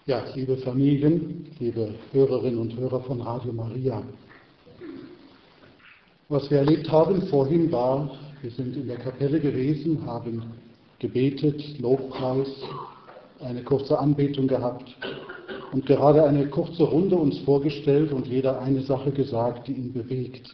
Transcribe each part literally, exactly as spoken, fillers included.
Ja, liebe Familien, liebe Hörerinnen und Hörer von Radio Maria. Was wir erlebt haben vorhin war, wir sind in der Kapelle gewesen, haben gebetet, Lobpreis, eine kurze Anbetung gehabt und gerade eine kurze Runde uns vorgestellt und jeder eine Sache gesagt, die ihn bewegt.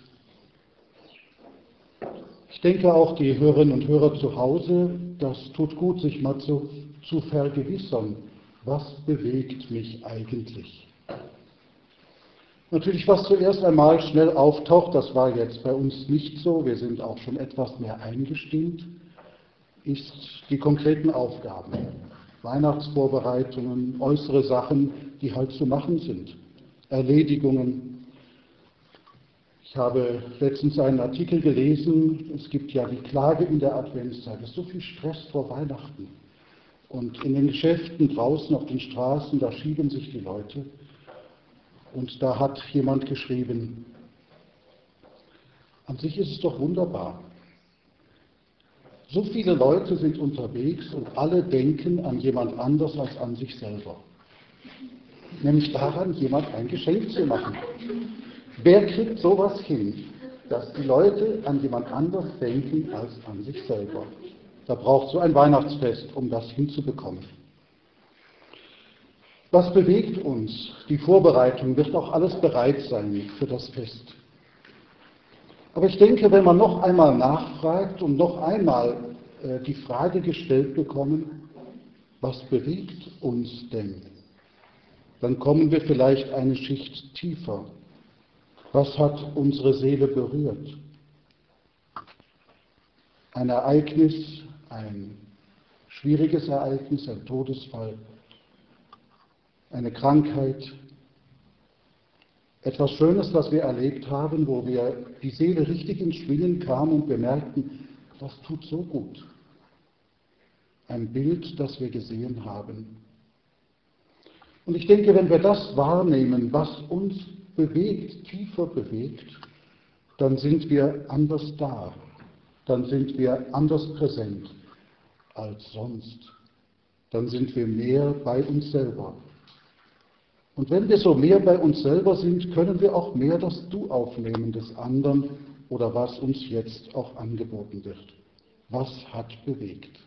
Ich denke auch, die Hörerinnen und Hörer zu Hause, das tut gut, sich mal zu, zu vergewissern, was bewegt mich eigentlich? Natürlich, was zuerst einmal schnell auftaucht, das war jetzt bei uns nicht so, wir sind auch schon etwas mehr eingestimmt, ist die konkreten Aufgaben. Weihnachtsvorbereitungen, äußere Sachen, die halt zu machen sind. Erledigungen. Ich habe letztens einen Artikel gelesen, es gibt ja die Klage in der Adventszeit, es ist so viel Stress vor Weihnachten. Und in den Geschäften draußen auf den Straßen, da schieben sich die Leute. Und da hat jemand geschrieben, an sich ist es doch wunderbar. So viele Leute sind unterwegs und alle denken an jemand anders als an sich selber. Nämlich daran, jemand ein Geschenk zu machen. Wer kriegt sowas hin, dass die Leute an jemand anders denken als an sich selber? Da braucht so ein Weihnachtsfest, um das hinzubekommen. Was bewegt uns? Die Vorbereitung wird auch alles bereit sein für das Fest. Aber ich denke, wenn man noch einmal nachfragt und noch einmal äh, die Frage gestellt bekommen, was bewegt uns denn? Dann kommen wir vielleicht eine Schicht tiefer. Was hat unsere Seele berührt? Ein Ereignis, ein schwieriges Ereignis, ein Todesfall, eine Krankheit, etwas Schönes, was wir erlebt haben, wo wir die Seele richtig ins Schwingen kam und wir merkten, das tut so gut. Ein Bild, das wir gesehen haben. Und ich denke, wenn wir das wahrnehmen, was uns bewegt, tiefer bewegt, dann sind wir anders da, dann sind wir anders präsent als sonst, dann sind wir mehr bei uns selber. Und wenn wir so mehr bei uns selber sind, können wir auch mehr das Du aufnehmen des anderen oder was uns jetzt auch angeboten wird. Was hat bewegt?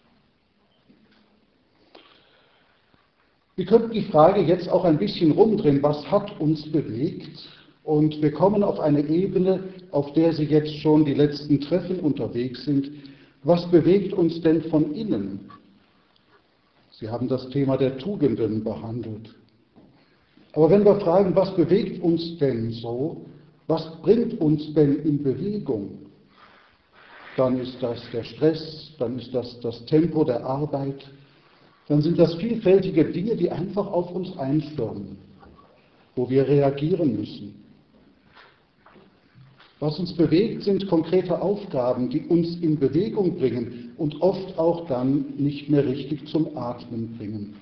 Wir könnten die Frage jetzt auch ein bisschen rumdrehen, was hat uns bewegt? Und wir kommen auf eine Ebene, auf der Sie jetzt schon die letzten Treffen unterwegs sind. Was bewegt uns denn von innen? Sie haben das Thema der Tugenden behandelt. Aber wenn wir fragen, was bewegt uns denn so, was bringt uns denn in Bewegung, dann ist das der Stress, dann ist das das Tempo der Arbeit, dann sind das vielfältige Dinge, die einfach auf uns einstürmen, wo wir reagieren müssen. Was uns bewegt, sind konkrete Aufgaben, die uns in Bewegung bringen und oft auch dann nicht mehr richtig zum Atmen bringen.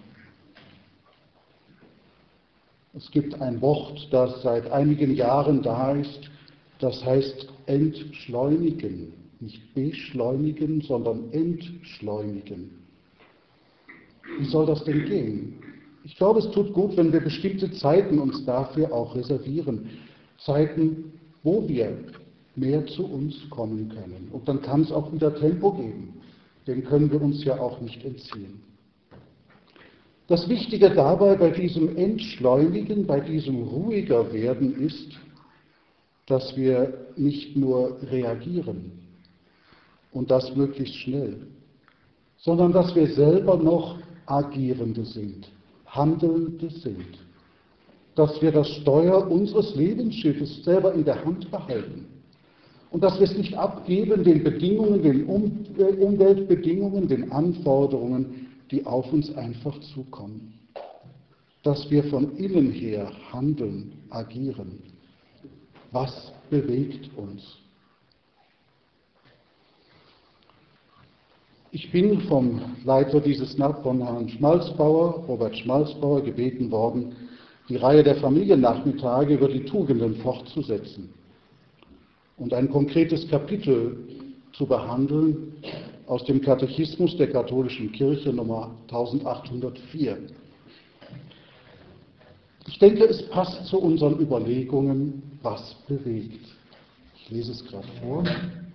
Es gibt ein Wort, das seit einigen Jahren da ist, das heißt entschleunigen. Nicht beschleunigen, sondern entschleunigen. Wie soll das denn gehen? Ich glaube, es tut gut, wenn wir bestimmte Zeiten uns dafür auch reservieren. Zeiten, wo wir mehr zu uns kommen können. Und dann kann es auch wieder Tempo geben. Dem können wir uns ja auch nicht entziehen. Das Wichtige dabei bei diesem Entschleunigen, bei diesem ruhiger werden ist, dass wir nicht nur reagieren und das möglichst schnell, sondern dass wir selber noch Agierende sind, Handelnde sind, dass wir das Steuer unseres Lebensschiffes selber in der Hand behalten und dass wir es nicht abgeben den Bedingungen, den um Umweltbedingungen, den Anforderungen, die auf uns einfach zukommen. Dass wir von innen her handeln, agieren. Was bewegt uns? Ich bin vom Leiter dieses N A B, von Herrn Schmalzbauer, Robert Schmalzbauer, gebeten worden, die Reihe der Familiennachmittage über die Tugenden fortzusetzen und ein konkretes Kapitel zu behandeln aus dem Katechismus der katholischen Kirche Nummer eintausendachthundertvier. Ich denke, es passt zu unseren Überlegungen, was bewegt. Ich lese es gerade vor.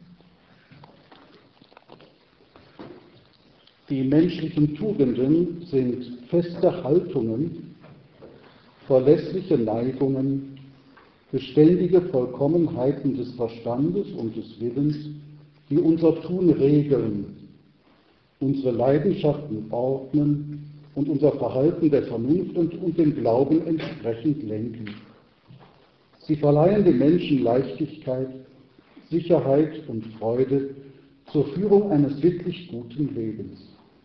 Die menschlichen Tugenden sind feste Haltungen, verlässliche Neigungen, beständige Vollkommenheiten des Verstandes und des Willens, die unser Tun regeln, unsere Leidenschaften ordnen und unser Verhalten der Vernunft und, und dem Glauben entsprechend lenken. Sie verleihen dem Menschen Leichtigkeit, Sicherheit und Freude zur Führung eines wirklich guten Lebens.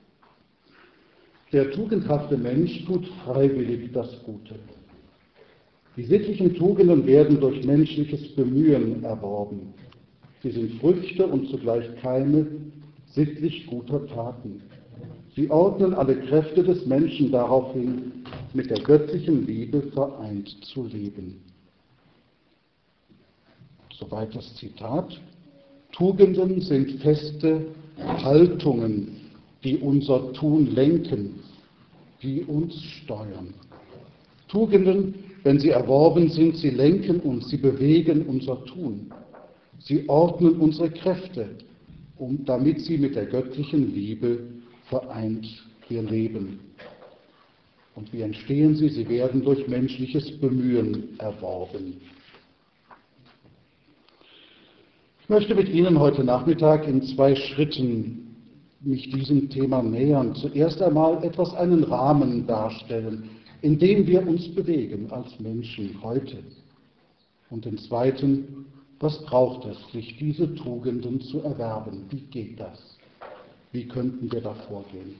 Der tugendhafte Mensch tut freiwillig das Gute. Die sittlichen Tugenden werden durch menschliches Bemühen erworben. Sie sind Früchte und zugleich Keime sittlich guter Taten. Sie ordnen alle Kräfte des Menschen darauf hin, mit der göttlichen Liebe vereint zu leben. Soweit das Zitat. Tugenden sind feste Haltungen, die unser Tun lenken, die uns steuern. Tugenden, wenn sie erworben sind, sie lenken uns, sie bewegen unser Tun. Sie ordnen unsere Kräfte, um, damit sie mit der göttlichen Liebe vereint hier leben. Und wie entstehen sie? Sie werden durch menschliches Bemühen erworben. Ich möchte mit Ihnen heute Nachmittag in zwei Schritten mich diesem Thema nähern. Zuerst einmal etwas einen Rahmen darstellen, in dem wir uns bewegen als Menschen heute. Und den zweiten, was braucht es, sich diese Tugenden zu erwerben? Wie geht das? Wie könnten wir da vorgehen?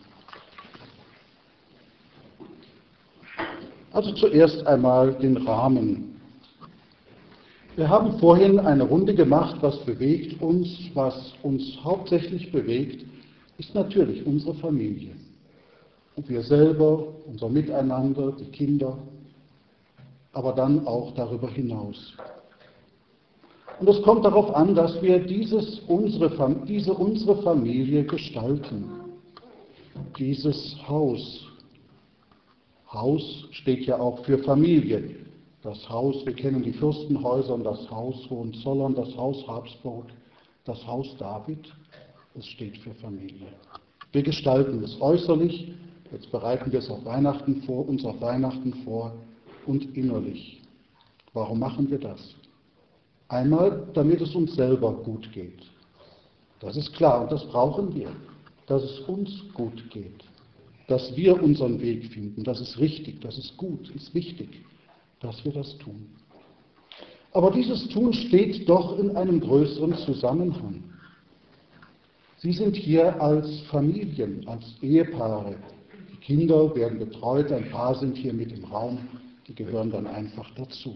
Also zuerst einmal den Rahmen. Wir haben vorhin eine Runde gemacht, was bewegt uns. Was uns hauptsächlich bewegt, ist natürlich unsere Familie. Und wir selber, unser Miteinander, die Kinder, aber dann auch darüber hinaus. Und es kommt darauf an, dass wir dieses, unsere, diese unsere Familie gestalten. Dieses Haus. Haus steht ja auch für Familie. Das Haus, wir kennen die Fürstenhäuser, das Haus Hohenzollern, das Haus Habsburg, das Haus David, es steht für Familie. Wir gestalten es äußerlich, jetzt bereiten wir es auf Weihnachten vor, uns auf Weihnachten vor und innerlich. Warum machen wir das? Einmal, damit es uns selber gut geht. Das ist klar und das brauchen wir, dass es uns gut geht, dass wir unseren Weg finden, das ist richtig, das ist gut, ist wichtig, dass wir das tun. Aber dieses Tun steht doch in einem größeren Zusammenhang. Sie sind hier als Familien, als Ehepaare. Die Kinder werden betreut, ein paar sind hier mit im Raum, die gehören dann einfach dazu.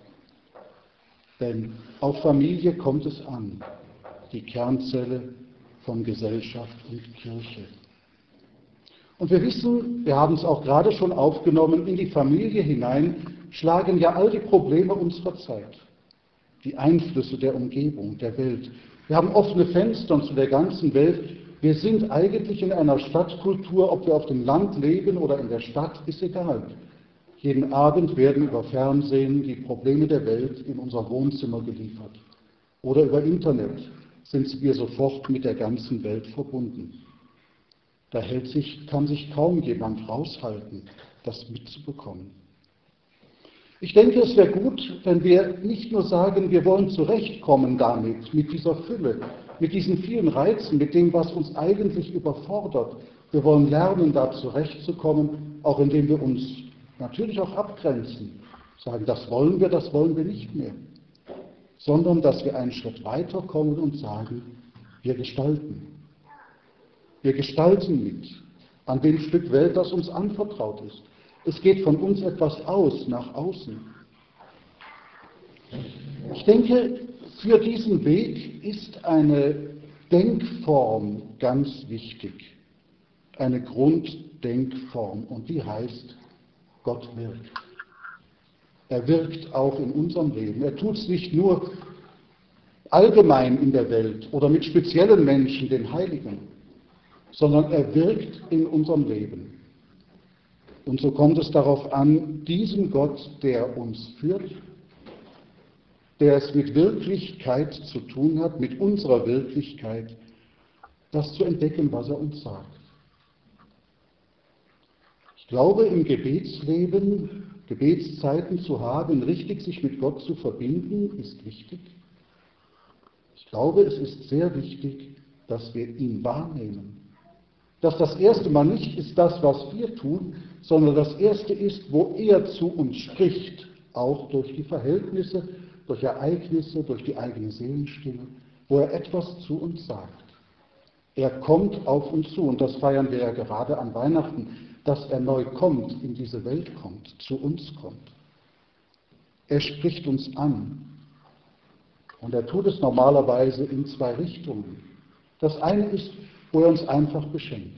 Denn auf Familie kommt es an, die Kernzelle von Gesellschaft und Kirche. Und wir wissen, wir haben es auch gerade schon aufgenommen, in die Familie hinein schlagen ja all die Probleme unserer Zeit, die Einflüsse der Umgebung, der Welt. Wir haben offene Fenster zu der ganzen Welt. Wir sind eigentlich in einer Stadtkultur, ob wir auf dem Land leben oder in der Stadt, ist egal. Jeden Abend werden über Fernsehen die Probleme der Welt in unser Wohnzimmer geliefert. Oder über Internet sind wir sofort mit der ganzen Welt verbunden. Da hält sich, kann sich kaum jemand raushalten, das mitzubekommen. Ich denke, es wäre gut, wenn wir nicht nur sagen, wir wollen zurechtkommen damit, mit dieser Fülle, mit diesen vielen Reizen, mit dem, was uns eigentlich überfordert. Wir wollen lernen, da zurechtzukommen, auch indem wir uns natürlich auch abgrenzen, sagen, das wollen wir, das wollen wir nicht mehr, sondern dass wir einen Schritt weiterkommen und sagen, wir gestalten. Wir gestalten mit an dem Stück Welt, das uns anvertraut ist. Es geht von uns etwas aus, nach außen. Ich denke, für diesen Weg ist eine Denkform ganz wichtig. Eine Grunddenkform und die heißt, Gott wirkt. Er wirkt auch in unserem Leben. Er tut es nicht nur allgemein in der Welt oder mit speziellen Menschen, den Heiligen, sondern er wirkt in unserem Leben. Und so kommt es darauf an, diesem Gott, der uns führt, der es mit Wirklichkeit zu tun hat, mit unserer Wirklichkeit, das zu entdecken, was er uns sagt. Ich glaube, im Gebetsleben, Gebetszeiten zu haben, richtig sich mit Gott zu verbinden, ist wichtig. Ich glaube, es ist sehr wichtig, dass wir ihn wahrnehmen. Dass das erste Mal nicht ist das, was wir tun, sondern das erste ist, wo er zu uns spricht, auch durch die Verhältnisse, durch Ereignisse, durch die eigene Seelenstimme, wo er etwas zu uns sagt. Er kommt auf uns zu, und das feiern wir ja gerade an Weihnachten, dass er neu kommt, in diese Welt kommt, zu uns kommt. Er spricht uns an. Und er tut es normalerweise in zwei Richtungen. Das eine ist, wo er uns einfach beschenkt,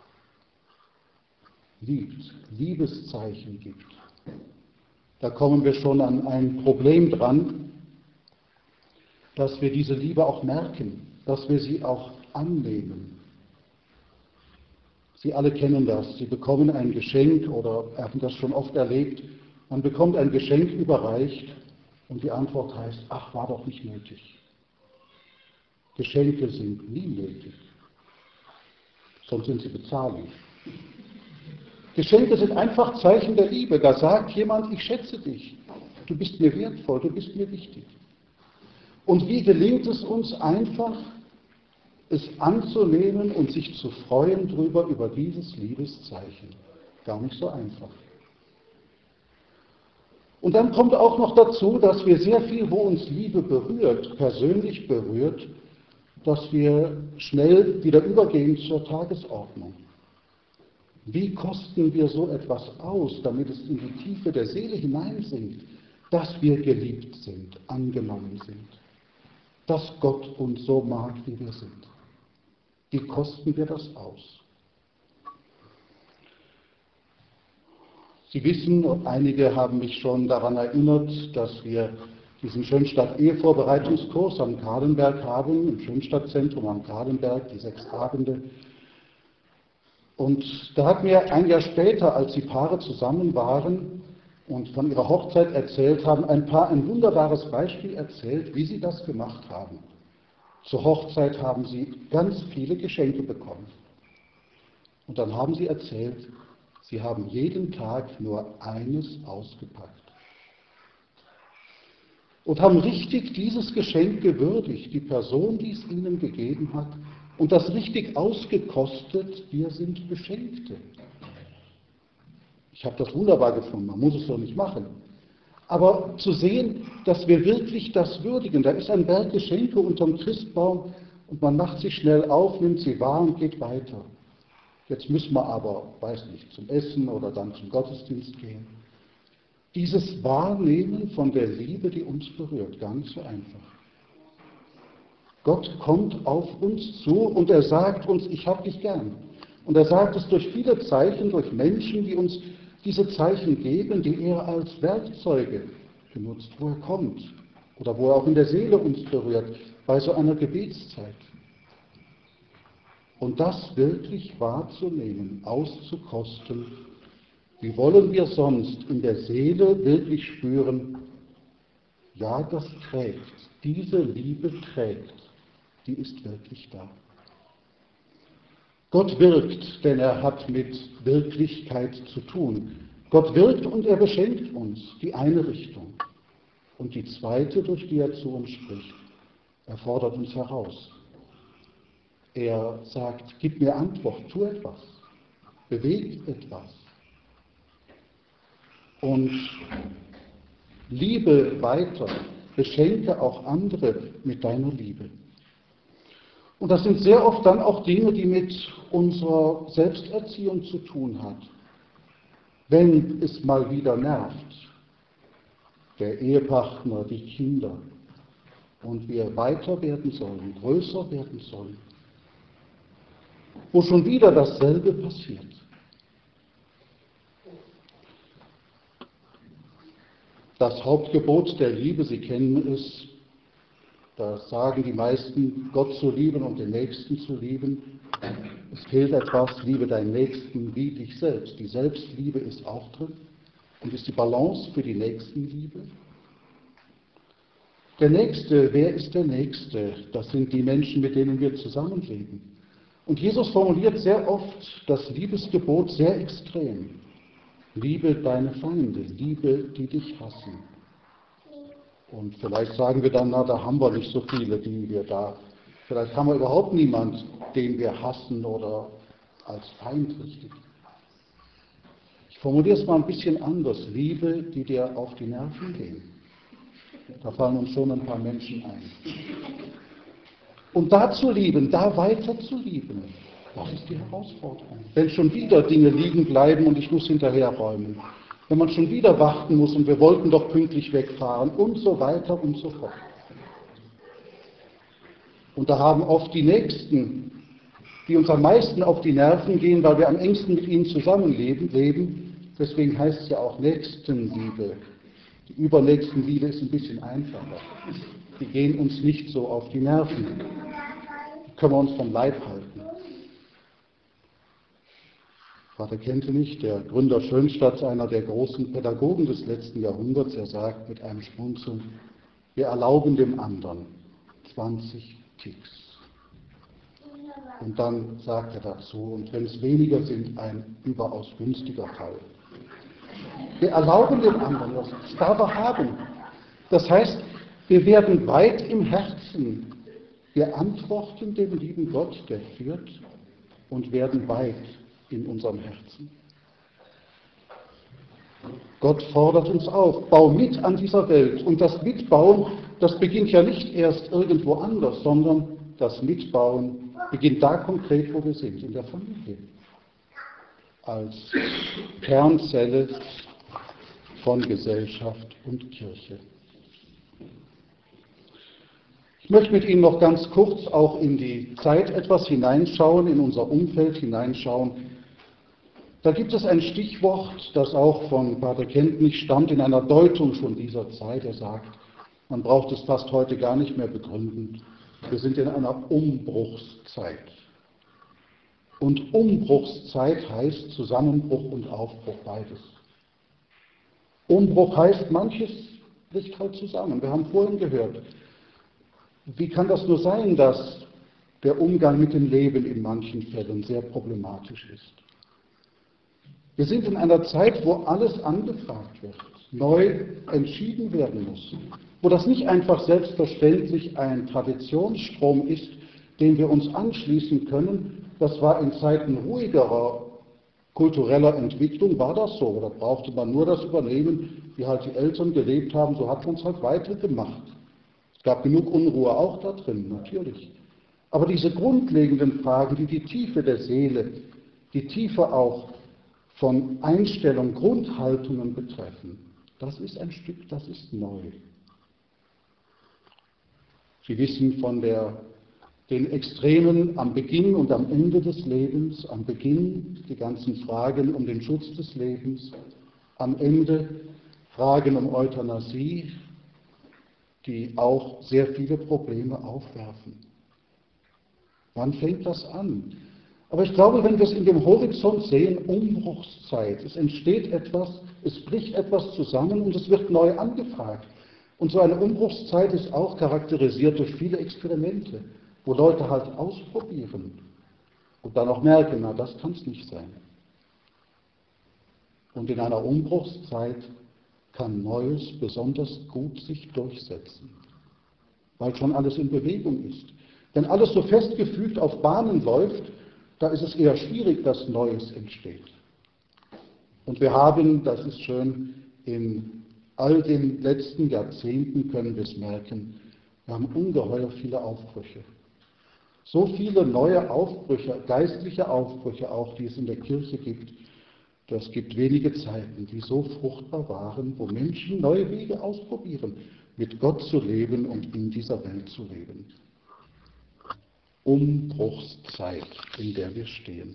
liebt, Liebeszeichen gibt. Da kommen wir schon an ein Problem dran, dass wir diese Liebe auch merken, dass wir sie auch annehmen. Sie alle kennen das. Sie bekommen ein Geschenk oder haben das schon oft erlebt. Man bekommt ein Geschenk überreicht und die Antwort heißt, ach, war doch nicht nötig. Geschenke sind nie nötig, sonst sind sie bezahlend. Geschenke sind einfach Zeichen der Liebe. Da sagt jemand, ich schätze dich, du bist mir wertvoll, du bist mir wichtig. Und wie gelingt es uns einfach, es anzunehmen und sich zu freuen drüber, über dieses Liebeszeichen? Gar nicht so einfach. Und dann kommt auch noch dazu, dass wir sehr viel, wo uns Liebe berührt, persönlich berührt, dass wir schnell wieder übergehen zur Tagesordnung. Wie kosten wir so etwas aus, damit es in die Tiefe der Seele hineinsinkt, dass wir geliebt sind, angenommen sind, dass Gott uns so mag, wie wir sind? Wie kosten wir das aus? Sie wissen, einige haben mich schon daran erinnert, dass wir diesen Schönstadt-Ehevorbereitungskurs am Kahlenberg haben, im Schönstadtzentrum am Kahlenberg, die sechs Abende. Und da hat mir ein Jahr später, als die Paare zusammen waren und von ihrer Hochzeit erzählt haben, ein Paar ein wunderbares Beispiel erzählt, wie sie das gemacht haben. Zur Hochzeit haben sie ganz viele Geschenke bekommen. Und dann haben sie erzählt, sie haben jeden Tag nur eines ausgepackt. Und haben richtig dieses Geschenk gewürdigt, die Person, die es ihnen gegeben hat, und das richtig ausgekostet, wir sind Beschenkte. Ich habe das wunderbar gefunden, man muss es so nicht machen. Aber zu sehen, dass wir wirklich das würdigen, da ist ein Berg Geschenke unterm Christbaum und man macht sie schnell auf, nimmt sie wahr und geht weiter. Jetzt müssen wir aber, weiß nicht, zum Essen oder dann zum Gottesdienst gehen. Dieses Wahrnehmen von der Liebe, die uns berührt, gar nicht so einfach. Gott kommt auf uns zu und er sagt uns, ich habe dich gern. Und er sagt es durch viele Zeichen, durch Menschen, die uns diese Zeichen geben, die er als Werkzeuge benutzt, wo er kommt oder wo er auch in der Seele uns berührt, bei so einer Gebetszeit. Und das wirklich wahrzunehmen, auszukosten, wie wollen wir sonst in der Seele wirklich spüren, ja, das trägt, diese Liebe trägt, die ist wirklich da. Gott wirkt, denn er hat mit Wirklichkeit zu tun. Gott wirkt und er beschenkt uns, die eine Richtung. Und die zweite, durch die er zu uns spricht, er fordert uns heraus. Er sagt, gib mir Antwort, tu etwas, beweg etwas. Und liebe weiter, beschenke auch andere mit deiner Liebe. Und das sind sehr oft dann auch Dinge, die mit unserer Selbsterziehung zu tun hat. Wenn es mal wieder nervt, der Ehepartner, die Kinder, und wir weiter werden sollen, größer werden sollen, wo schon wieder dasselbe passiert. Das Hauptgebot der Liebe, Sie kennen es, da sagen die meisten, Gott zu lieben und den Nächsten zu lieben. Es fehlt etwas, liebe deinen Nächsten wie dich selbst. Die Selbstliebe ist auch drin und ist die Balance für die Nächstenliebe. Der Nächste, wer ist der Nächste? Das sind die Menschen, mit denen wir zusammenleben. Und Jesus formuliert sehr oft das Liebesgebot sehr extrem. Liebe deine Feinde, liebe, die dich hassen. Und vielleicht sagen wir dann, na, da haben wir nicht so viele, die wir da, vielleicht haben wir überhaupt niemand, den wir hassen oder als Feind richtig. Ich formuliere es mal ein bisschen anders. Liebe, die dir auf die Nerven gehen. Da fallen uns schon ein paar Menschen ein. Und da zu lieben, da weiter zu lieben, das ist die Herausforderung. Wenn schon wieder Dinge liegen bleiben und ich muss hinterherräumen, wenn man schon wieder warten muss und wir wollten doch pünktlich wegfahren und so weiter und so fort. Und da haben oft die Nächsten, die uns am meisten auf die Nerven gehen, weil wir am engsten mit ihnen zusammenleben, leben. Deswegen heißt es ja auch Nächstenliebe. Die Übernächstenliebe ist ein bisschen einfacher. Die gehen uns nicht so auf die Nerven. Die können wir uns vom Leib halten. Vater Kentenich, der Gründer Schönstadts, einer der großen Pädagogen des letzten Jahrhunderts, er sagt mit einem Schmunzeln, wir erlauben dem anderen zwanzig Ticks. Und dann sagt er dazu, und wenn es weniger sind, ein überaus günstiger Fall. Wir erlauben dem anderen, das darf er haben. Das heißt, wir werden weit im Herzen. Wir antworten dem lieben Gott, der führt, und werden weit in unserem Herzen. Gott fordert uns auf, bau mit an dieser Welt. Und das Mitbauen, das beginnt ja nicht erst irgendwo anders, sondern das Mitbauen beginnt da konkret, wo wir sind, in der Familie. Als Kernzelle von Gesellschaft und Kirche. Ich möchte mit Ihnen noch ganz kurz auch in die Zeit etwas hineinschauen, in unser Umfeld hineinschauen. Da gibt es ein Stichwort, das auch von Pater Kentenich stammt, in einer Deutung schon dieser Zeit. Er sagt, man braucht es fast heute gar nicht mehr begründen. Wir sind in einer Umbruchszeit. Und Umbruchszeit heißt Zusammenbruch und Aufbruch, beides. Umbruch heißt, manches bricht halt zusammen. Wir haben vorhin gehört, wie kann das nur sein, dass der Umgang mit dem Leben in manchen Fällen sehr problematisch ist? Wir sind in einer Zeit, wo alles angefragt wird, neu entschieden werden muss, wo das nicht einfach selbstverständlich ein Traditionsstrom ist, dem wir uns anschließen können. Das war in Zeiten ruhigerer kultureller Entwicklung, war das so. Da brauchte man nur das übernehmen, wie halt die Eltern gelebt haben, so hat man es halt weitergemacht. Es gab genug Unruhe auch da drin, natürlich. Aber diese grundlegenden Fragen, die die Tiefe der Seele, die Tiefe auch von Einstellung, Grundhaltungen betreffen, das ist ein Stück, das ist neu. Sie wissen von der, den Extremen am Beginn und am Ende des Lebens, am Beginn die ganzen Fragen um den Schutz des Lebens, am Ende Fragen um Euthanasie, die auch sehr viele Probleme aufwerfen. Wann fängt das an? Aber ich glaube, wenn wir es in dem Horizont sehen, Umbruchszeit, es entsteht etwas, es bricht etwas zusammen und es wird neu angefragt. Und so eine Umbruchszeit ist auch charakterisiert durch viele Experimente, wo Leute halt ausprobieren und dann auch merken, na, das kann es nicht sein. Und in einer Umbruchszeit kann Neues besonders gut sich durchsetzen, weil schon alles in Bewegung ist. Wenn alles so festgefügt auf Bahnen läuft, da ist es eher schwierig, dass Neues entsteht. Und wir haben, das ist schön, in all den letzten Jahrzehnten können wir es merken, wir haben ungeheuer viele Aufbrüche. So viele neue Aufbrüche, geistliche Aufbrüche auch, die es in der Kirche gibt. Das gibt wenige Zeiten, die so fruchtbar waren, wo Menschen neue Wege ausprobieren, mit Gott zu leben und in dieser Welt zu leben. Umbruchszeit, in der wir stehen.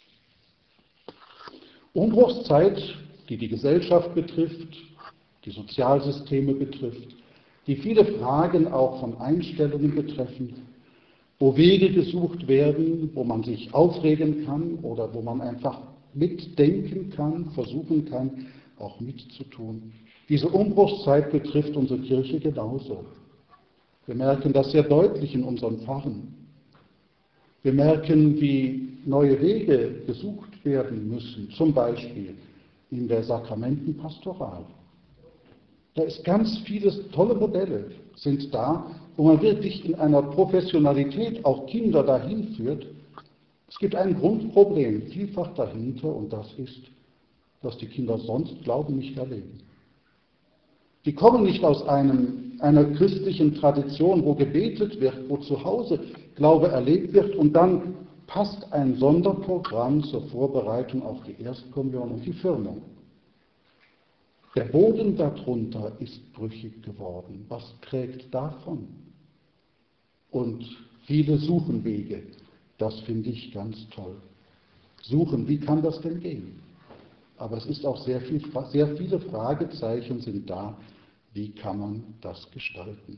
Umbruchszeit, die die Gesellschaft betrifft, die Sozialsysteme betrifft, die viele Fragen auch von Einstellungen betreffen. wo Wege gesucht werden, wo man sich aufregen kann oder wo man einfach mitdenken kann, versuchen kann, auch mitzutun. Diese Umbruchszeit betrifft unsere Kirche genauso. Wir merken das sehr deutlich in unseren Pfarren. Wir merken, wie neue Wege gesucht werden müssen, zum Beispiel in der Sakramentenpastoral. Da ist ganz viele tolle Modelle sind da, wo man wirklich in einer Professionalität auch Kinder dahin führt. Es gibt ein Grundproblem vielfach dahinter und das ist, dass die Kinder sonst Glauben nicht erleben. Die kommen nicht aus einem, einer christlichen Tradition, wo gebetet wird, wo zu Hause Glaube erlebt wird und dann passt ein Sonderprogramm zur Vorbereitung auf die Erstkommunion und die Firmung. Der Boden darunter ist brüchig geworden. Was trägt davon? Und viele suchen Wege. Das finde ich ganz toll. Suchen, wie kann das denn gehen? Aber es ist auch sehr, viel, sehr viele Fragezeichen sind da. Wie kann man das gestalten?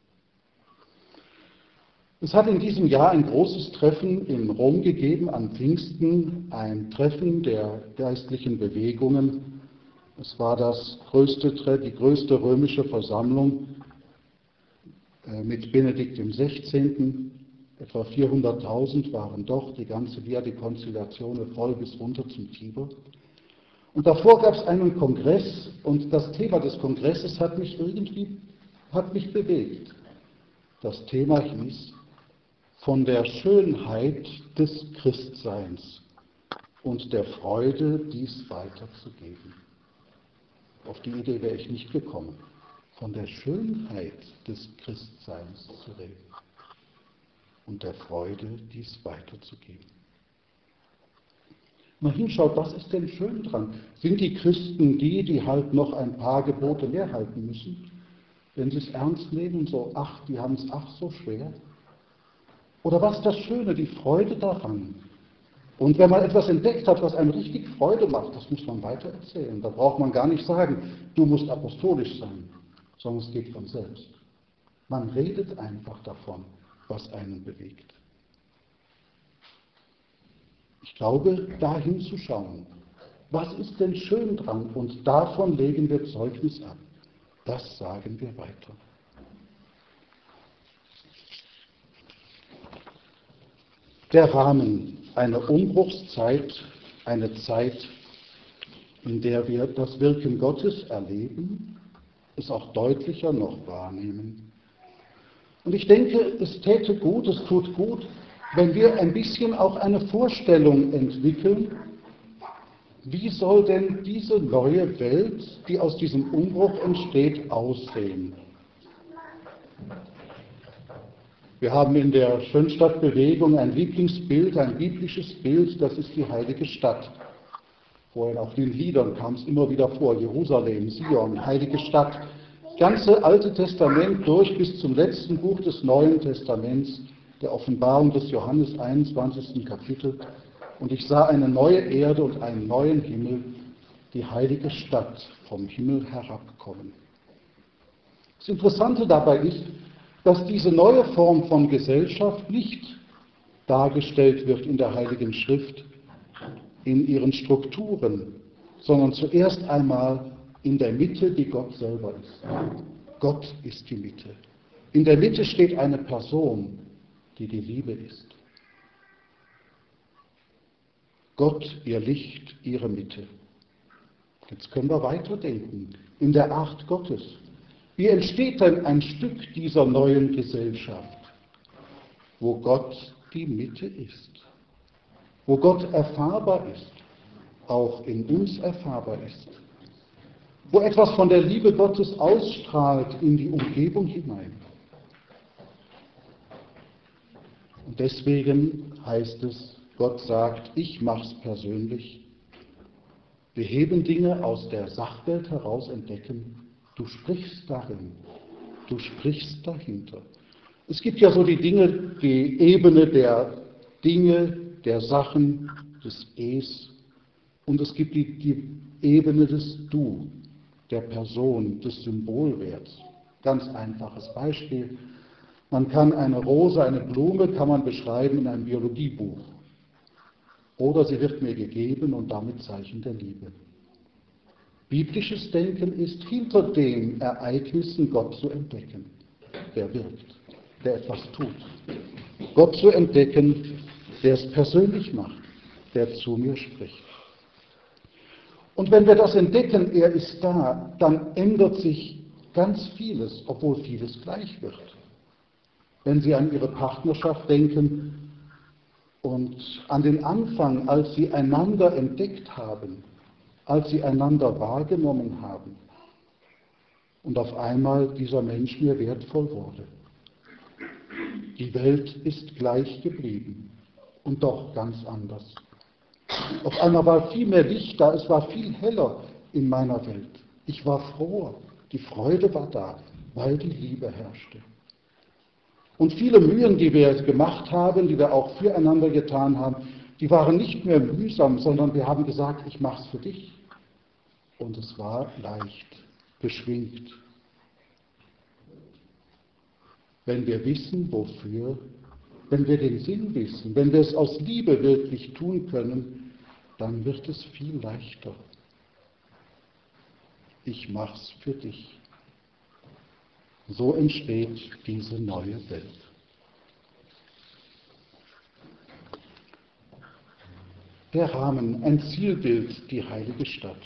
Es hat in diesem Jahr ein großes Treffen in Rom gegeben, an Pfingsten, ein Treffen der geistlichen Bewegungen. Es war das größte, die größte römische Versammlung mit Benedikt dem Sechzehnten Etwa vierhunderttausend waren doch, die ganze Via di Conciliatione voll bis runter zum Tiber. Und davor gab es einen Kongress und das Thema des Kongresses hat mich irgendwie hat mich bewegt. Das Thema hieß von der Schönheit des Christseins und der Freude, dies weiterzugeben. Auf die Idee wäre ich nicht gekommen, von der Schönheit des Christseins zu reden und der Freude, dies weiterzugeben. Mal hinschaut, was ist denn schön dran? Sind die Christen die, die halt noch ein paar Gebote mehr halten müssen? Wenn sie es ernst nehmen, so, ach, die haben es ach so schwer? Oder was ist das Schöne, die Freude daran? Und wenn man etwas entdeckt hat, was einem richtig Freude macht, das muss man weiter erzählen. Da braucht man gar nicht sagen, du musst apostolisch sein, sondern es geht von selbst. Man redet einfach davon, was einen bewegt. Ich glaube, da hinzuschauen. Was ist denn schön dran? Und davon legen wir Zeugnis ab. Das sagen wir weiter. Der Rahmen, eine Umbruchszeit, eine Zeit, in der wir das Wirken Gottes erleben, es auch deutlicher noch wahrnehmen. Und ich denke, es täte gut, es tut gut, wenn wir ein bisschen auch eine Vorstellung entwickeln, wie soll denn diese neue Welt, die aus diesem Umbruch entsteht, aussehen? Wir haben in der Schönstadtbewegung ein Lieblingsbild, ein biblisches Bild, das ist die heilige Stadt. Vorhin auf den Liedern kam es immer wieder vor, Jerusalem, Sion, heilige Stadt. Das ganze Alte Testament durch bis zum letzten Buch des Neuen Testaments, der Offenbarung des Johannes einundzwanzigsten Kapitel. Und ich sah eine neue Erde und einen neuen Himmel, die heilige Stadt vom Himmel herabkommen. Das Interessante dabei ist, dass diese neue Form von Gesellschaft nicht dargestellt wird in der Heiligen Schrift, in ihren Strukturen, sondern zuerst einmal in der Mitte, die Gott selber ist. Gott ist die Mitte. In der Mitte steht eine Person, die die Liebe ist. Gott, ihr Licht, ihre Mitte. Jetzt können wir weiterdenken, in der Art Gottes. Wie entsteht denn ein Stück dieser neuen Gesellschaft, wo Gott die Mitte ist, wo Gott erfahrbar ist, auch in uns erfahrbar ist, wo etwas von der Liebe Gottes ausstrahlt in die Umgebung hinein? Und deswegen heißt es, Gott sagt, ich mach's persönlich. Wir heben Dinge aus der Sachwelt heraus, entdecken, du sprichst darin, du sprichst dahinter. Es gibt ja so die Dinge, die Ebene der Dinge, der Sachen, des Es. Und es gibt die, die Ebene des Du, der Person, des Symbolwerts. Ganz einfaches Beispiel. Man kann eine Rose, eine Blume, kann man beschreiben in einem Biologiebuch. Oder sie wird mir gegeben und damit Zeichen der Liebe. Biblisches Denken ist, hinter den Ereignissen Gott zu entdecken, der wirkt, der etwas tut. Gott zu entdecken, der es persönlich macht, der zu mir spricht. Und wenn wir das entdecken, er ist da, dann ändert sich ganz vieles, obwohl vieles gleich wird. Wenn Sie an Ihre Partnerschaft denken und an den Anfang, als Sie einander entdeckt haben, als Sie einander wahrgenommen haben und auf einmal dieser Mensch mir wertvoll wurde. Die Welt ist gleich geblieben und doch ganz anders. Auf einmal war viel mehr Licht da, es war viel heller in meiner Welt. Ich war froher, die Freude war da, weil die Liebe herrschte. Und viele Mühen, die wir gemacht haben, die wir auch füreinander getan haben, die waren nicht mehr mühsam, sondern wir haben gesagt, ich mache es für dich. Und es war leicht, beschwingt. Wenn wir wissen, wofür, wenn wir den Sinn wissen, wenn wir es aus Liebe wirklich tun können, dann wird es viel leichter. Ich mach's für dich. So entsteht diese neue Welt. Der Rahmen, ein Zielbild, die heilige Stadt.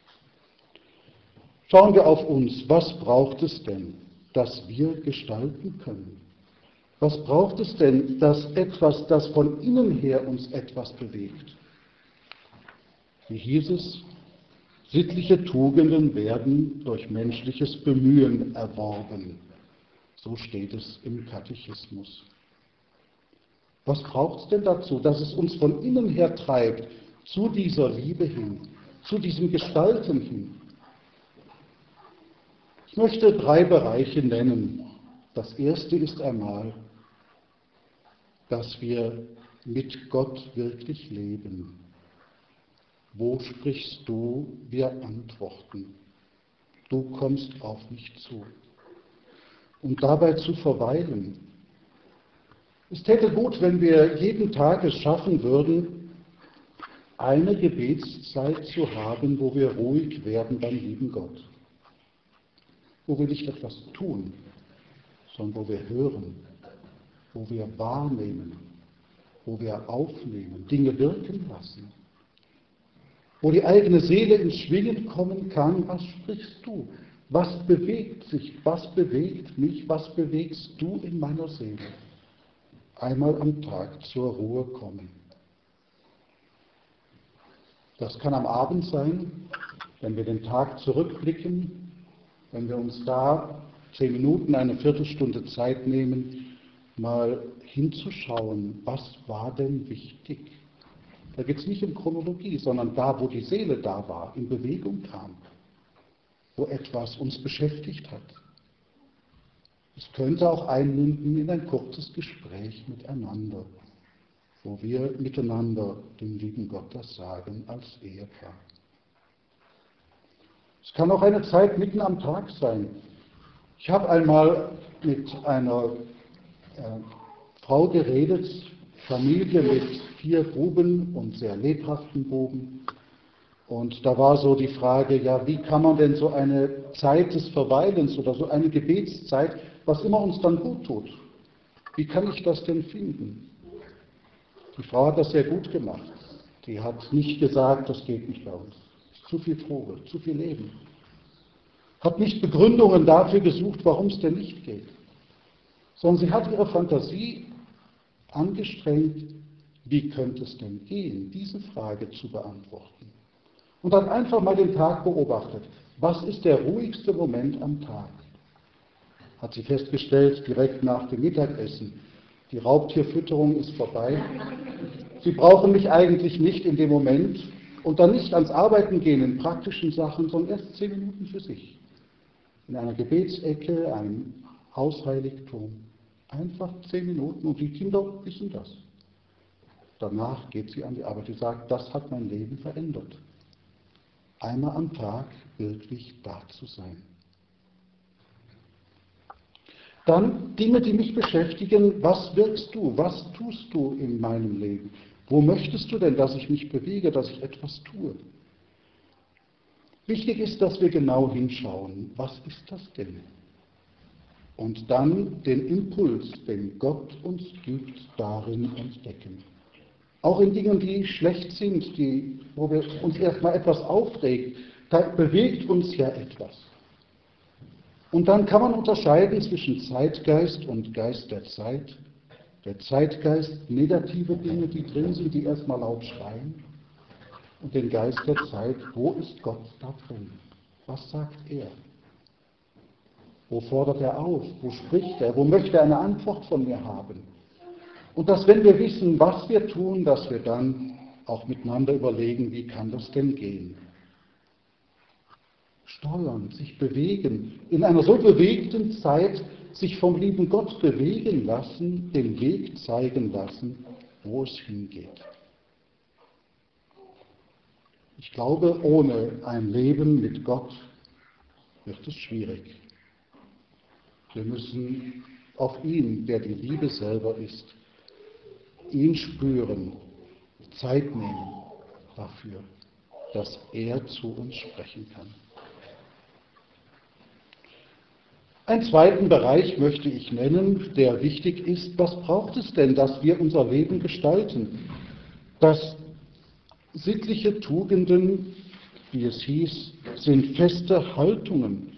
Schauen wir auf uns, was braucht es denn, dass wir gestalten können? Was braucht es denn, dass etwas, das von innen her uns etwas bewegt? Wie hieß es? Sittliche Tugenden werden durch menschliches Bemühen erworben. So steht es im Katechismus. Was braucht es denn dazu, dass es uns von innen her treibt, zu dieser Liebe hin, zu diesem Gestalten hin? Ich möchte drei Bereiche nennen. Das erste ist einmal, dass wir mit Gott wirklich leben. Wo sprichst du? Wir antworten. Du kommst auf mich zu. Und dabei zu verweilen. Es täte gut, wenn wir jeden Tag es schaffen würden, eine Gebetszeit zu haben, wo wir ruhig werden beim lieben Gott. Wo wir nicht etwas tun, sondern wo wir hören, wo wir wahrnehmen, wo wir aufnehmen, Dinge wirken lassen. Wo die eigene Seele ins Schwingen kommen kann, was sprichst du? Was bewegt sich? Was bewegt mich? Was bewegst du in meiner Seele? Einmal am Tag zur Ruhe kommen. Das kann am Abend sein, wenn wir den Tag zurückblicken, wenn wir uns da zehn Minuten, eine Viertelstunde Zeit nehmen, mal hinzuschauen, was war denn wichtig? Da geht es nicht um Chronologie, sondern da, wo die Seele da war, in Bewegung kam, wo etwas uns beschäftigt hat. Es könnte auch einmünden in ein kurzes Gespräch miteinander, wo wir miteinander dem lieben Gott das sagen als Ehepaar. Es kann auch eine Zeit mitten am Tag sein. Ich habe einmal mit einer äh, Frau geredet, Familie mit vier Buben und sehr lebhaften Buben. Und da war so die Frage, ja, wie kann man denn so eine Zeit des Verweilens oder so eine Gebetszeit, was immer uns dann gut tut, wie kann ich das denn finden? Die Frau hat das sehr gut gemacht. Die hat nicht gesagt, das geht nicht bei uns. Zu viel Probe, zu viel Leben. Hat nicht Begründungen dafür gesucht, warum es denn nicht geht. Sondern sie hat ihre Fantasie angestrengt, wie könnte es denn gehen, diese Frage zu beantworten. Und dann einfach mal den Tag beobachtet. Was ist der ruhigste Moment am Tag? Hat sie festgestellt, direkt nach dem Mittagessen. Die Raubtierfütterung ist vorbei. Sie brauchen mich eigentlich nicht in dem Moment und dann nicht ans Arbeiten gehen in praktischen Sachen, sondern erst zehn Minuten für sich. In einer Gebetsecke, einem Hausheiligtum. Einfach zehn Minuten und die Kinder wissen das. Danach geht sie an die Arbeit. Sie sagt, das hat mein Leben verändert. Einmal am Tag wirklich da zu sein. Dann Dinge, die mich beschäftigen. Was wirkst du? Was tust du in meinem Leben? Wo möchtest du denn, dass ich mich bewege, dass ich etwas tue? Wichtig ist, dass wir genau hinschauen. Was ist das denn? Und dann den Impuls, den Gott uns gibt, darin entdecken. Auch in Dingen, die schlecht sind, die, wo wir uns erstmal etwas aufregt, da bewegt uns ja etwas. Und dann kann man unterscheiden zwischen Zeitgeist und Geist der Zeit. Der Zeitgeist, negative Dinge, die drin sind, die erstmal laut schreien. Und den Geist der Zeit, wo ist Gott da drin? Was sagt er? Wo fordert er auf? Wo spricht er? Wo möchte er eine Antwort von mir haben? Und dass, wenn wir wissen, was wir tun, dass wir dann auch miteinander überlegen, wie kann das denn gehen? Steuern, sich bewegen, in einer so bewegten Zeit sich vom lieben Gott bewegen lassen, den Weg zeigen lassen, wo es hingeht. Ich glaube, ohne ein Leben mit Gott wird es schwierig. Wir müssen auf ihn, der die Liebe selber ist, ihn spüren, Zeit nehmen dafür, dass er zu uns sprechen kann. Einen zweiten Bereich möchte ich nennen, der wichtig ist. Was braucht es denn, dass wir unser Leben gestalten? Dass sittliche Tugenden, wie es hieß, sind feste Haltungen,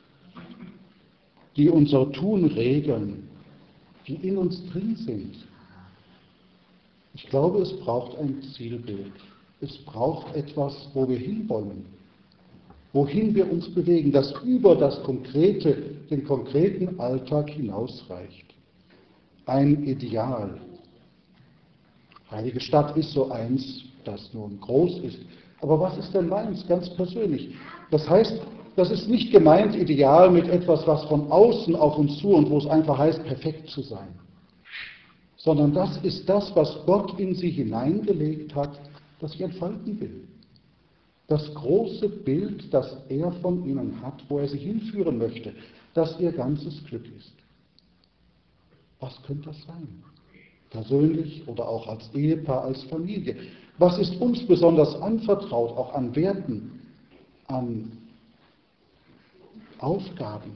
die unser Tun regeln, die in uns drin sind. Ich glaube, es braucht ein Zielbild. Es braucht etwas, wo wir hinwollen, wohin wir uns bewegen, das über das konkrete, den konkreten Alltag hinausreicht. Ein Ideal. Heilige Stadt ist so eins, das nun groß ist. Aber was ist denn meins, ganz persönlich? Das heißt, das ist nicht gemeint Ideal mit etwas, was von außen auf uns zu und wo es einfach heißt, perfekt zu sein. Sondern das ist das, was Gott in sie hineingelegt hat, das ich entfalten will. Das große Bild, das er von ihnen hat, wo er sie hinführen möchte, das ihr ganzes Glück ist. Was könnte das sein? Persönlich oder auch als Ehepaar, als Familie. Was ist uns besonders anvertraut, auch an Werten, an Aufgaben?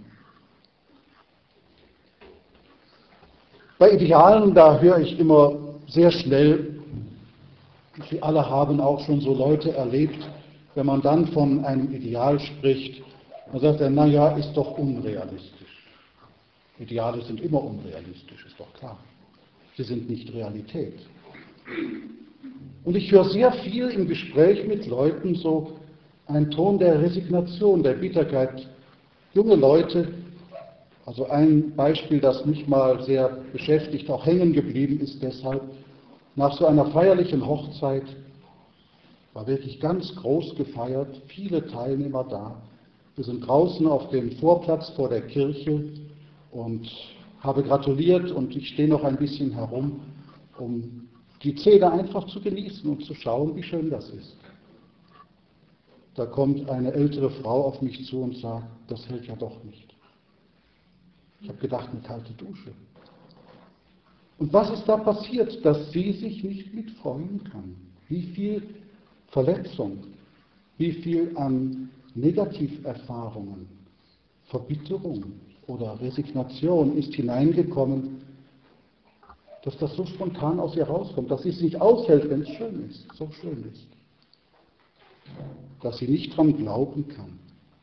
Bei Idealen, da höre ich immer sehr schnell, Sie alle haben auch schon so Leute erlebt, wenn man dann von einem Ideal spricht, dann sagt er, naja, ist doch unrealistisch. Ideale sind immer unrealistisch, ist doch klar. Sie sind nicht Realität. Und ich höre sehr viel im Gespräch mit Leuten so einen Ton der Resignation, der Bitterkeit. Junge Leute, also ein Beispiel, das mich mal sehr beschäftigt, auch hängen geblieben ist deshalb, nach so einer feierlichen Hochzeit, war wirklich ganz groß gefeiert, viele Teilnehmer da. Wir sind draußen auf dem Vorplatz vor der Kirche und habe gratuliert und ich stehe noch ein bisschen herum, um die Szene einfach zu genießen und zu schauen, wie schön das ist. Da kommt eine ältere Frau auf mich zu und sagt, das hält ja doch nicht. Ich habe gedacht, eine kalte Dusche. Und was ist da passiert, dass sie sich nicht mitfreuen kann? Wie viel Verletzung, wie viel an Negativerfahrungen, Verbitterung oder Resignation ist hineingekommen, dass das so spontan aus ihr rauskommt, dass sie es nicht aushält, wenn es schön ist, so schön ist. Dass sie nicht dran glauben kann.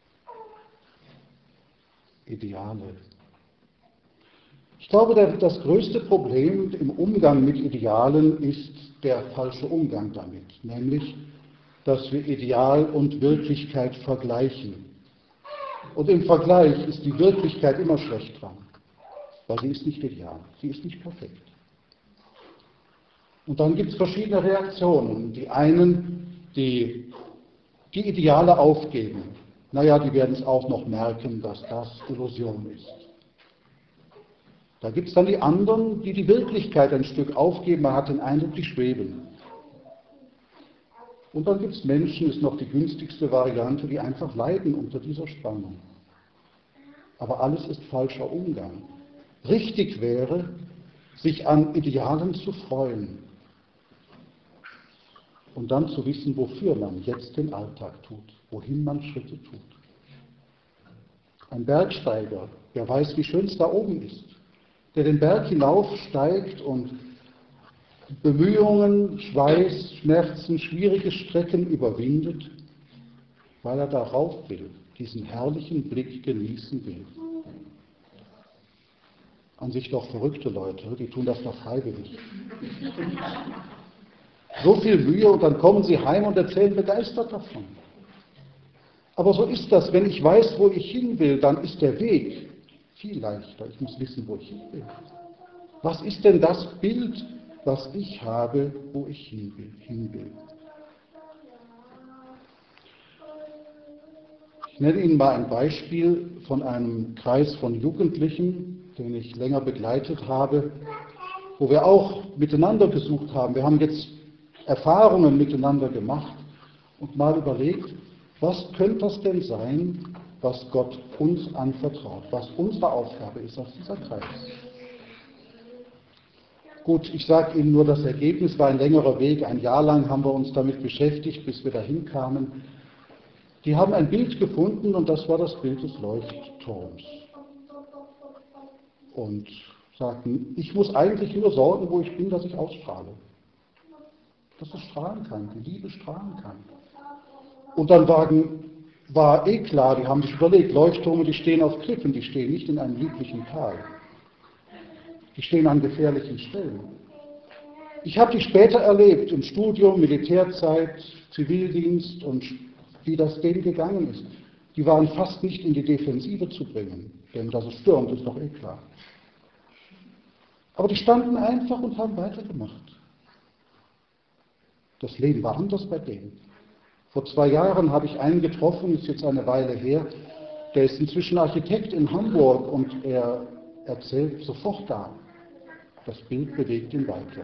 Ideale. Ich glaube, das größte Problem im Umgang mit Idealen ist der falsche Umgang damit, nämlich, dass wir Ideal und Wirklichkeit vergleichen. Und im Vergleich ist die Wirklichkeit immer schlecht dran, weil sie ist nicht ideal, sie ist nicht perfekt. Und dann gibt es verschiedene Reaktionen. Die einen, die die Ideale aufgeben, naja, die werden es auch noch merken, dass das Illusion ist. Da gibt es dann die anderen, die die Wirklichkeit ein Stück aufgeben, man hat den Eindruck, die schweben. Und dann gibt es Menschen, ist noch die günstigste Variante, die einfach leiden unter dieser Spannung. Aber alles ist falscher Umgang. richtig wäre, sich an Idealen zu freuen und dann zu wissen, wofür man jetzt den Alltag tut, wohin man Schritte tut. Ein Bergsteiger, der weiß, wie schön es da oben ist, der den Berg hinaufsteigt und Bemühungen, Schweiß, Schmerzen, schwierige Strecken überwindet, weil er darauf will, diesen herrlichen Blick genießen will. An sich doch verrückte Leute, die tun das doch freiwillig. So viel Mühe und dann kommen sie heim und erzählen begeistert davon. Aber so ist das, wenn ich weiß, wo ich hin will, dann ist der Weg viel leichter. Ich muss wissen, wo ich hin will. Was ist denn das Bild, was ich habe, wo ich hin will? Hin will? Ich nenne Ihnen mal ein Beispiel von einem Kreis von Jugendlichen, den ich länger begleitet habe, wo wir auch miteinander gesucht haben. Wir haben jetzt Erfahrungen miteinander gemacht und mal überlegt, was könnte das denn sein, was Gott uns anvertraut, was unsere Aufgabe ist aus dieser Kreis. Gut, ich sage Ihnen nur, das Ergebnis war ein längerer Weg. Ein Jahr lang haben wir uns damit beschäftigt, bis wir dahin kamen. Die haben ein Bild gefunden und das war das Bild des Leuchtturms. Und sagten, ich muss eigentlich nur sorgen, wo ich bin, dass ich ausstrahle. Dass es strahlen kann, die Liebe strahlen kann. Und dann waren, war eh klar, die haben sich überlegt, Leuchttürme, die stehen auf Klippen, die stehen nicht in einem lieblichen Tal. Die stehen an gefährlichen Stellen. Ich habe die später erlebt, im Studium, Militärzeit, Zivildienst und wie das denen gegangen ist. Die waren fast nicht in die Defensive zu bringen, denn dass es stürmt, ist doch eh klar. Aber die standen einfach und haben weitergemacht. Das Leben war anders bei denen. Vor zwei Jahren habe ich einen getroffen, ist jetzt eine Weile her, der ist inzwischen Architekt in Hamburg und er erzählt sofort da. Das Bild bewegt ihn weiter.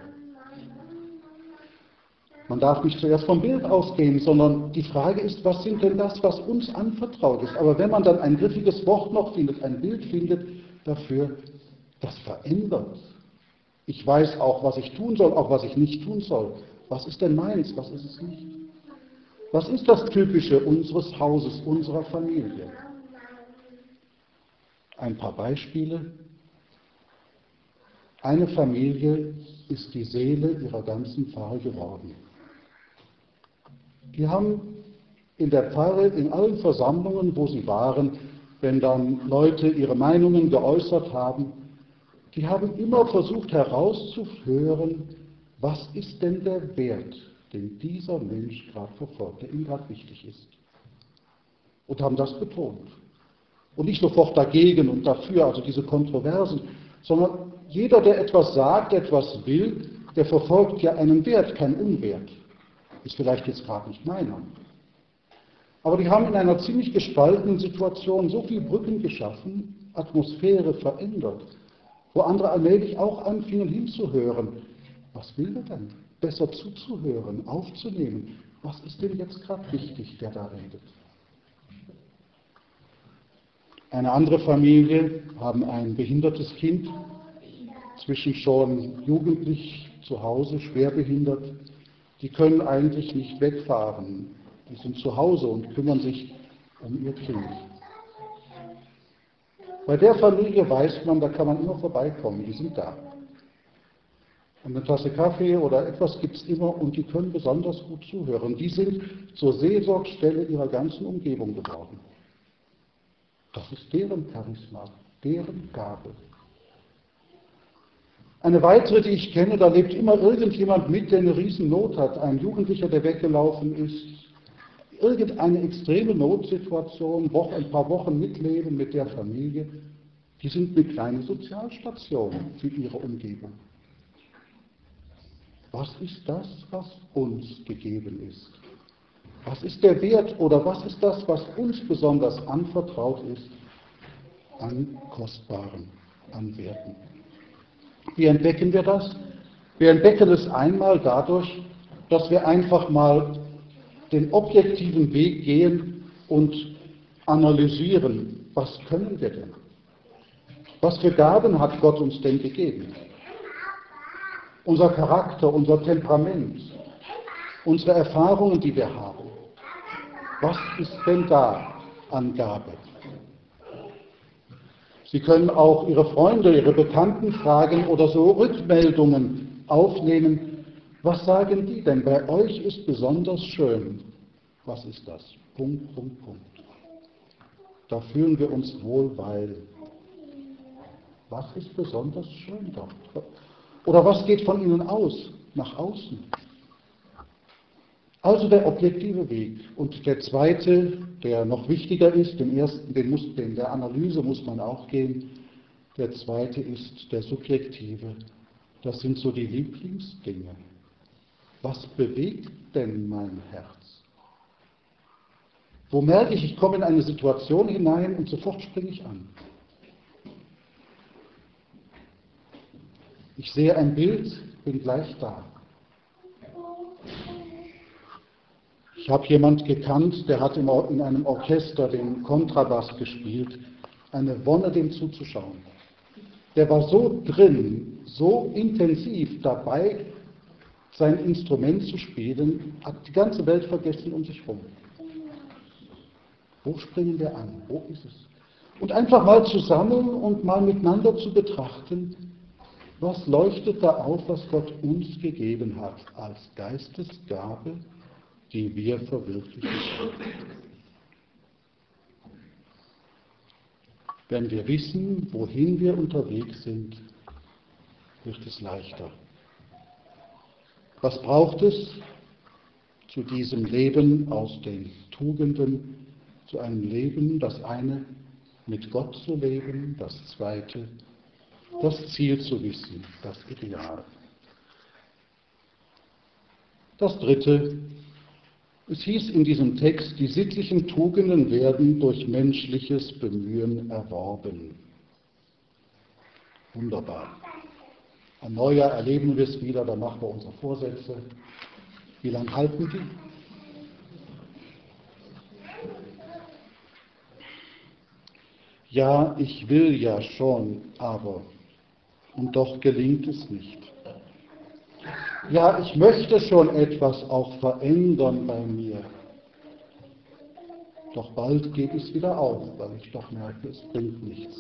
Man darf nicht zuerst vom Bild ausgehen, sondern die Frage ist, was sind denn das, was uns anvertraut ist? Aber wenn man dann ein griffiges Wort noch findet, ein Bild findet dafür, das verändert. Ich weiß auch, was ich tun soll, auch was ich nicht tun soll. Was ist denn meins, was ist es nicht? Was ist das Typische unseres Hauses, unserer Familie? Ein paar Beispiele. Eine Familie ist die Seele ihrer ganzen Pfarre geworden. Die haben in der Pfarre, in allen Versammlungen, wo sie waren, wenn dann Leute ihre Meinungen geäußert haben, die haben immer versucht herauszuhören, was ist denn der Wert, den dieser Mensch gerade verfolgt, der ihm gerade wichtig ist. Und haben das betont. Und nicht sofort dagegen und dafür, also diese Kontroversen, sondern jeder, der etwas sagt, etwas will, der verfolgt ja einen Wert, keinen Unwert. Ist vielleicht jetzt gerade nicht meiner. Aber die haben in einer ziemlich gespaltenen Situation so viele Brücken geschaffen, Atmosphäre verändert, wo andere allmählich auch anfingen hinzuhören. Was will er denn? Besser zuzuhören, aufzunehmen. Was ist denn jetzt gerade wichtig, der da redet? Eine andere Familie haben ein behindertes Kind, zwischen schon jugendlich zu Hause, schwerbehindert. Die können eigentlich nicht wegfahren. Die sind zu Hause und kümmern sich um ihr Kind. Bei der Familie weiß man, da kann man immer vorbeikommen, die sind da. Und eine Tasse Kaffee oder etwas gibt es immer und die können besonders gut zuhören. Die sind zur Seelsorgstelle ihrer ganzen Umgebung geworden. Das ist deren Charisma, deren Gabe. Eine weitere, die ich kenne, da lebt immer irgendjemand mit, der eine riesen Not hat. Ein Jugendlicher, der weggelaufen ist, irgendeine extreme Notsituation, ein paar Wochen mitleben mit der Familie. Die sind eine kleine Sozialstation für ihre Umgebung. Was ist das, was uns gegeben ist? Was ist der Wert oder was ist das, was uns besonders anvertraut ist an Kostbaren, an Werten? Wie entdecken wir das? Wir entdecken es einmal dadurch, dass wir einfach mal den objektiven Weg gehen und analysieren, was können wir denn? Was für Gaben hat Gott uns denn gegeben? Unser Charakter, unser Temperament, unsere Erfahrungen, die wir haben. Was ist denn da an Gabe? Sie können auch Ihre Freunde, Ihre Bekannten fragen oder so Rückmeldungen aufnehmen. Was sagen die denn? Bei euch ist besonders schön. Was ist das? Punkt, Punkt, Punkt. Da fühlen wir uns wohl, weil. Was ist besonders schön dort? Oder was geht von Ihnen aus, nach außen? Also der objektive Weg. Und der zweite, der noch wichtiger ist, den ersten, den, muss, den der Analyse muss man auch gehen, der zweite ist der subjektive. Das sind so die Lieblingsdinge. Was bewegt denn mein Herz? Wo merke ich, ich komme in eine Situation hinein und sofort springe ich an. Ich sehe ein Bild, bin gleich da. Ich habe jemanden gekannt, der hat in einem Orchester den Kontrabass gespielt. Eine Wonne, dem zuzuschauen. Der war so drin, so intensiv dabei, sein Instrument zu spielen, hat die ganze Welt vergessen um sich herum. Wo springen wir an? Wo ist es? Und einfach mal zu sammeln und mal miteinander zu betrachten, was leuchtet da auf, was Gott uns gegeben hat als Geistesgabe, die wir verwirklichen können. Wenn wir wissen, wohin wir unterwegs sind, wird es leichter. Was braucht es zu diesem Leben aus den Tugenden, zu einem Leben, das eine, mit Gott zu leben, das zweite, das Ziel zu wissen, das Ideal. Das dritte, es hieß in diesem Text, die sittlichen Tugenden werden durch menschliches Bemühen erworben. Wunderbar. Am Neujahr erleben wir es wieder, da machen wir unsere Vorsätze. Wie lange halten die? Ja, ich will ja schon, aber, und doch gelingt es nicht. Ja, ich möchte schon etwas auch verändern bei mir. Doch bald geht es wieder auf, weil ich doch merke, es bringt nichts.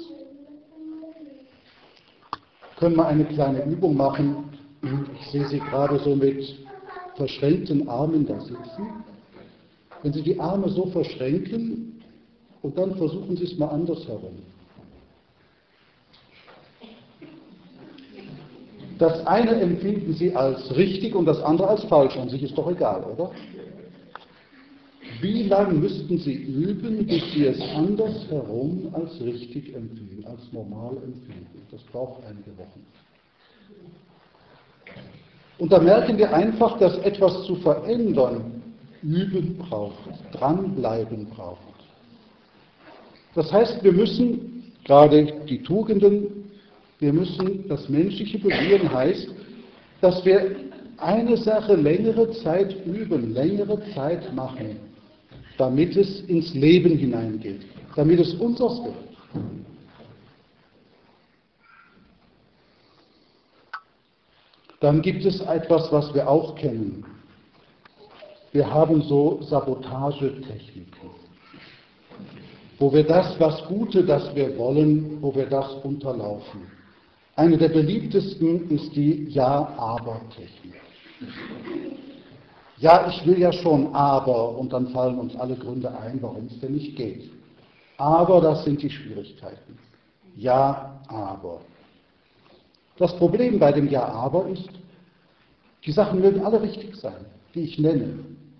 Können wir eine kleine Übung machen? Ich sehe Sie gerade so mit verschränkten Armen da sitzen. Wenn Sie die Arme so verschränken und dann versuchen Sie es mal andersherum. Das eine empfinden Sie als richtig und das andere als falsch. An sich ist doch egal, oder? Wie lange müssten Sie üben, bis Sie es andersherum als richtig empfinden, als normal empfinden? Das braucht einige Wochen. Und da merken wir einfach, dass etwas zu verändern Üben braucht, dranbleiben braucht. Das heißt, wir müssen, gerade die Tugenden, wir müssen, das menschliche Bemühen heißt, dass wir eine Sache längere Zeit üben, längere Zeit machen, damit es ins Leben hineingeht, damit es unseres wird. Dann gibt es etwas, was wir auch kennen. Wir haben so Sabotagetechniken, wo wir das, was Gute, das wir wollen, wo wir das unterlaufen. Eine der beliebtesten ist die Ja-Aber-Technik. Ja, ich will ja schon, aber, und dann fallen uns alle Gründe ein, warum es denn nicht geht. Aber das sind die Schwierigkeiten. Ja, aber. Das Problem bei dem Ja, aber ist, die Sachen mögen alle richtig sein, die ich nenne.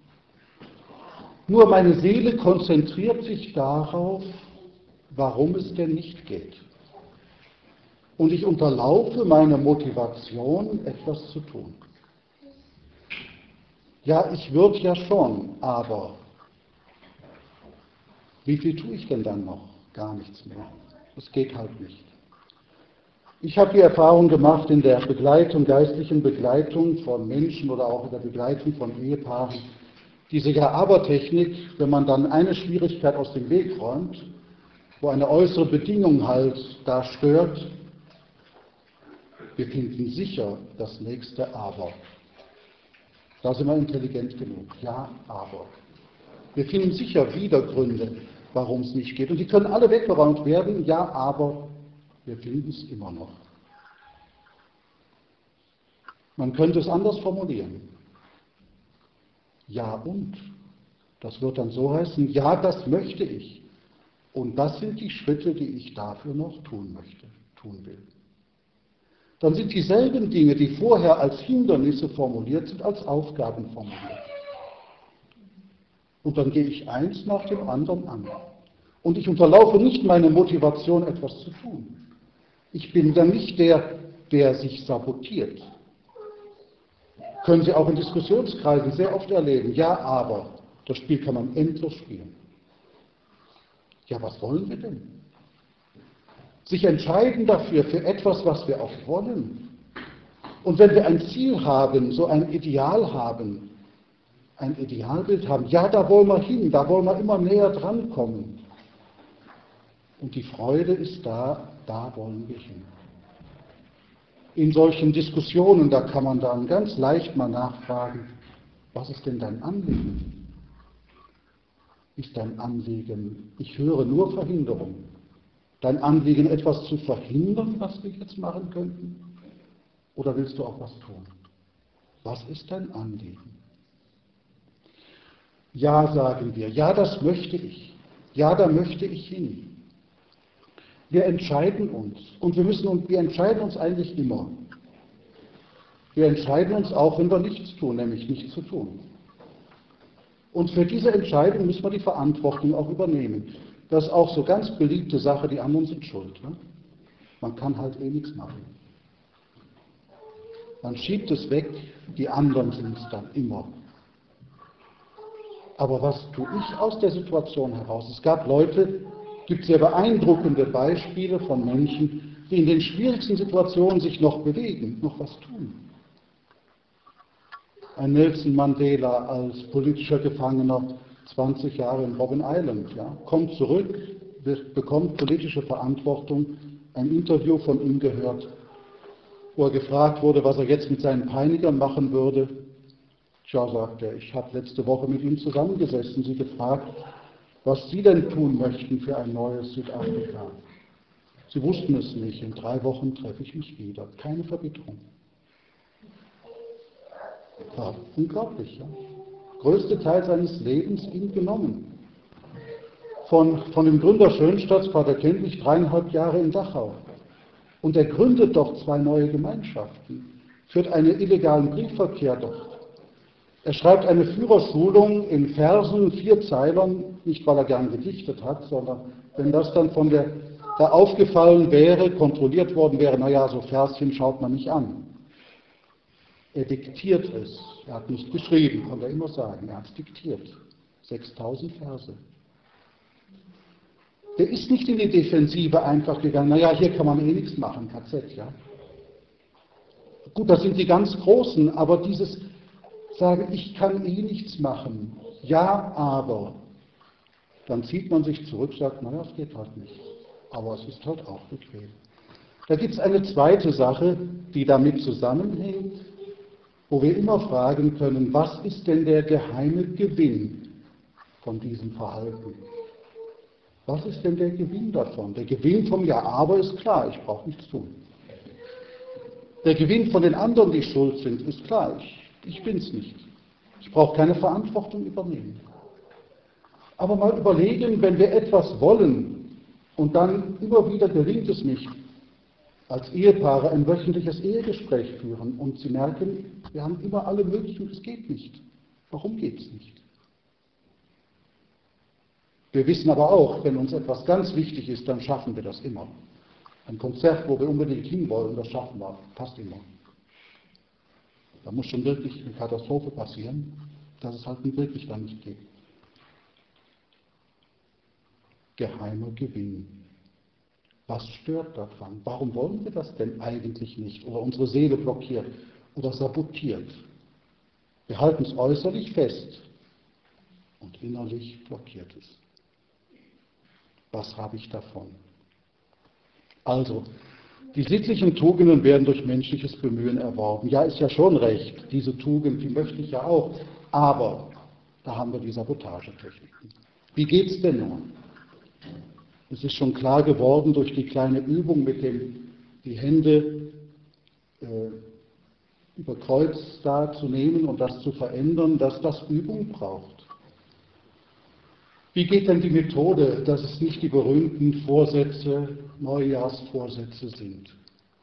Nur meine Seele konzentriert sich darauf, warum es denn nicht geht. Und ich unterlaufe meine Motivation, etwas zu tun. Ja, ich würde ja schon, aber wie viel tue ich denn dann noch? Gar nichts mehr. Es geht halt nicht. Ich habe die Erfahrung gemacht in der Begleitung, geistlichen Begleitung von Menschen oder auch in der Begleitung von Ehepaaren, diese Ja-Aber-Technik, wenn man dann eine Schwierigkeit aus dem Weg räumt, wo eine äußere Bedingung halt da stört. Wir finden sicher das nächste Aber. Da sind wir intelligent genug. Ja, aber. Wir finden sicher Widergründe, warum es nicht geht. Und die können alle weggeräumt werden. Ja, aber wir finden es immer noch. Man könnte es anders formulieren. Ja und. Das wird dann so heißen, ja, das möchte ich. Und das sind die Schritte, die ich dafür noch tun möchte, tun will. Dann sind dieselben Dinge, die vorher als Hindernisse formuliert sind, als Aufgaben formuliert. Und dann gehe ich eins nach dem anderen an. Und ich unterlaufe nicht meine Motivation, etwas zu tun. Ich bin dann nicht der, der sich sabotiert. Können Sie auch in Diskussionskreisen sehr oft erleben. Ja, aber. Das Spiel kann man endlos spielen. Ja, was wollen wir denn? Sich entscheiden dafür, für etwas, was wir auch wollen. Und wenn wir ein Ziel haben, so ein Ideal haben, ein Idealbild haben, ja, da wollen wir hin, da wollen wir immer näher drankommen. Und die Freude ist da, da wollen wir hin. In solchen Diskussionen, da kann man dann ganz leicht mal nachfragen, was ist denn dein Anliegen? Ist dein Anliegen, ich höre nur Verhinderung, dein Anliegen, etwas zu verhindern, was wir jetzt machen könnten? Oder willst du auch was tun? Was ist dein Anliegen? Ja, sagen wir, ja, das möchte ich. Ja, da möchte ich hin. Wir entscheiden uns und wir müssen uns, wir entscheiden uns eigentlich immer. Wir entscheiden uns auch, wenn wir nichts tun, nämlich nichts zu tun. Und für diese Entscheidung müssen wir die Verantwortung auch übernehmen. Das ist auch so ganz beliebte Sache, die anderen sind schuld. Ne? Man kann halt eh nichts machen. Man schiebt es weg, die anderen sind es dann immer. Aber was tue ich aus der Situation heraus? Es gab Leute, es gibt sehr beeindruckende Beispiele von Menschen, die in den schwierigsten Situationen sich noch bewegen, noch was tun. Ein Nelson Mandela als politischer Gefangener, zwanzig Jahre in Robben Island, ja, kommt zurück, bekommt politische Verantwortung, ein Interview von ihm gehört, wo er gefragt wurde, was er jetzt mit seinen Peinigern machen würde. Tja, sagt er, ich habe letzte Woche mit ihm zusammengesessen, sie gefragt, was sie denn tun möchten für ein neues Südafrika. Sie wussten es nicht, in drei Wochen treffe ich mich wieder. Keine Verbitterung. Ja, unglaublich, ja. Größte Teil seines Lebens ihm genommen. Von, von dem Gründer Schönstadts, Pater Kendlich, dreieinhalb Jahre in Dachau. Und er gründet dort zwei neue Gemeinschaften, führt einen illegalen Briefverkehr dort. Er schreibt eine Führerschulung in Versen, vier Zeilern, nicht weil er gern gedichtet hat, sondern wenn das dann von der, da aufgefallen wäre, kontrolliert worden wäre, naja, so Verschen schaut man nicht an. Er diktiert es. Er hat nicht geschrieben, kann er immer sagen. Er hat es diktiert. sechstausend Verse. Der ist nicht in die Defensive einfach gegangen. Naja, hier kann man eh nichts machen, K Z, ja. Gut, das sind die ganz Großen, aber dieses Sagen, ich kann eh nichts machen. Ja, aber. Dann zieht man sich zurück, sagt, naja, es geht halt nicht. Aber es ist halt auch bequem. Da gibt es eine zweite Sache, die damit zusammenhängt, wo wir immer fragen können, was ist denn der geheime Gewinn von diesem Verhalten? Was ist denn der Gewinn davon? Der Gewinn vom Ja, aber ist klar, ich brauche nichts tun. Der Gewinn von den anderen, die schuld sind, ist klar, ich, ich bin es nicht. Ich brauche keine Verantwortung übernehmen. Aber mal überlegen, wenn wir etwas wollen und dann immer wieder gelingt es nicht, als Ehepaare ein wöchentliches Ehegespräch führen und sie merken, wir haben immer alle möglichen, es geht nicht. Warum geht es nicht? Wir wissen aber auch, wenn uns etwas ganz wichtig ist, dann schaffen wir das immer. Ein Konzert, wo wir unbedingt hinwollen, das schaffen wir fast immer. Da muss schon wirklich eine Katastrophe passieren, dass es halt wirklich dann nicht geht. Geheimer Gewinn. Was stört daran? Warum wollen wir das denn eigentlich nicht? Oder unsere Seele blockiert oder sabotiert? Wir halten es äußerlich fest und innerlich blockiert es. Was habe ich davon? Also, die sittlichen Tugenden werden durch menschliches Bemühen erworben. Ja, ist ja schon recht, diese Tugend, die möchte ich ja auch. Aber da haben wir die Sabotagetechniken. Wie geht es denn nun? Es ist schon klar geworden durch die kleine Übung mit dem, die Hände äh, über Kreuz da zu nehmen und das zu verändern, dass das Übung braucht. Wie geht denn die Methode, dass es nicht die berühmten Vorsätze, Neujahrsvorsätze sind?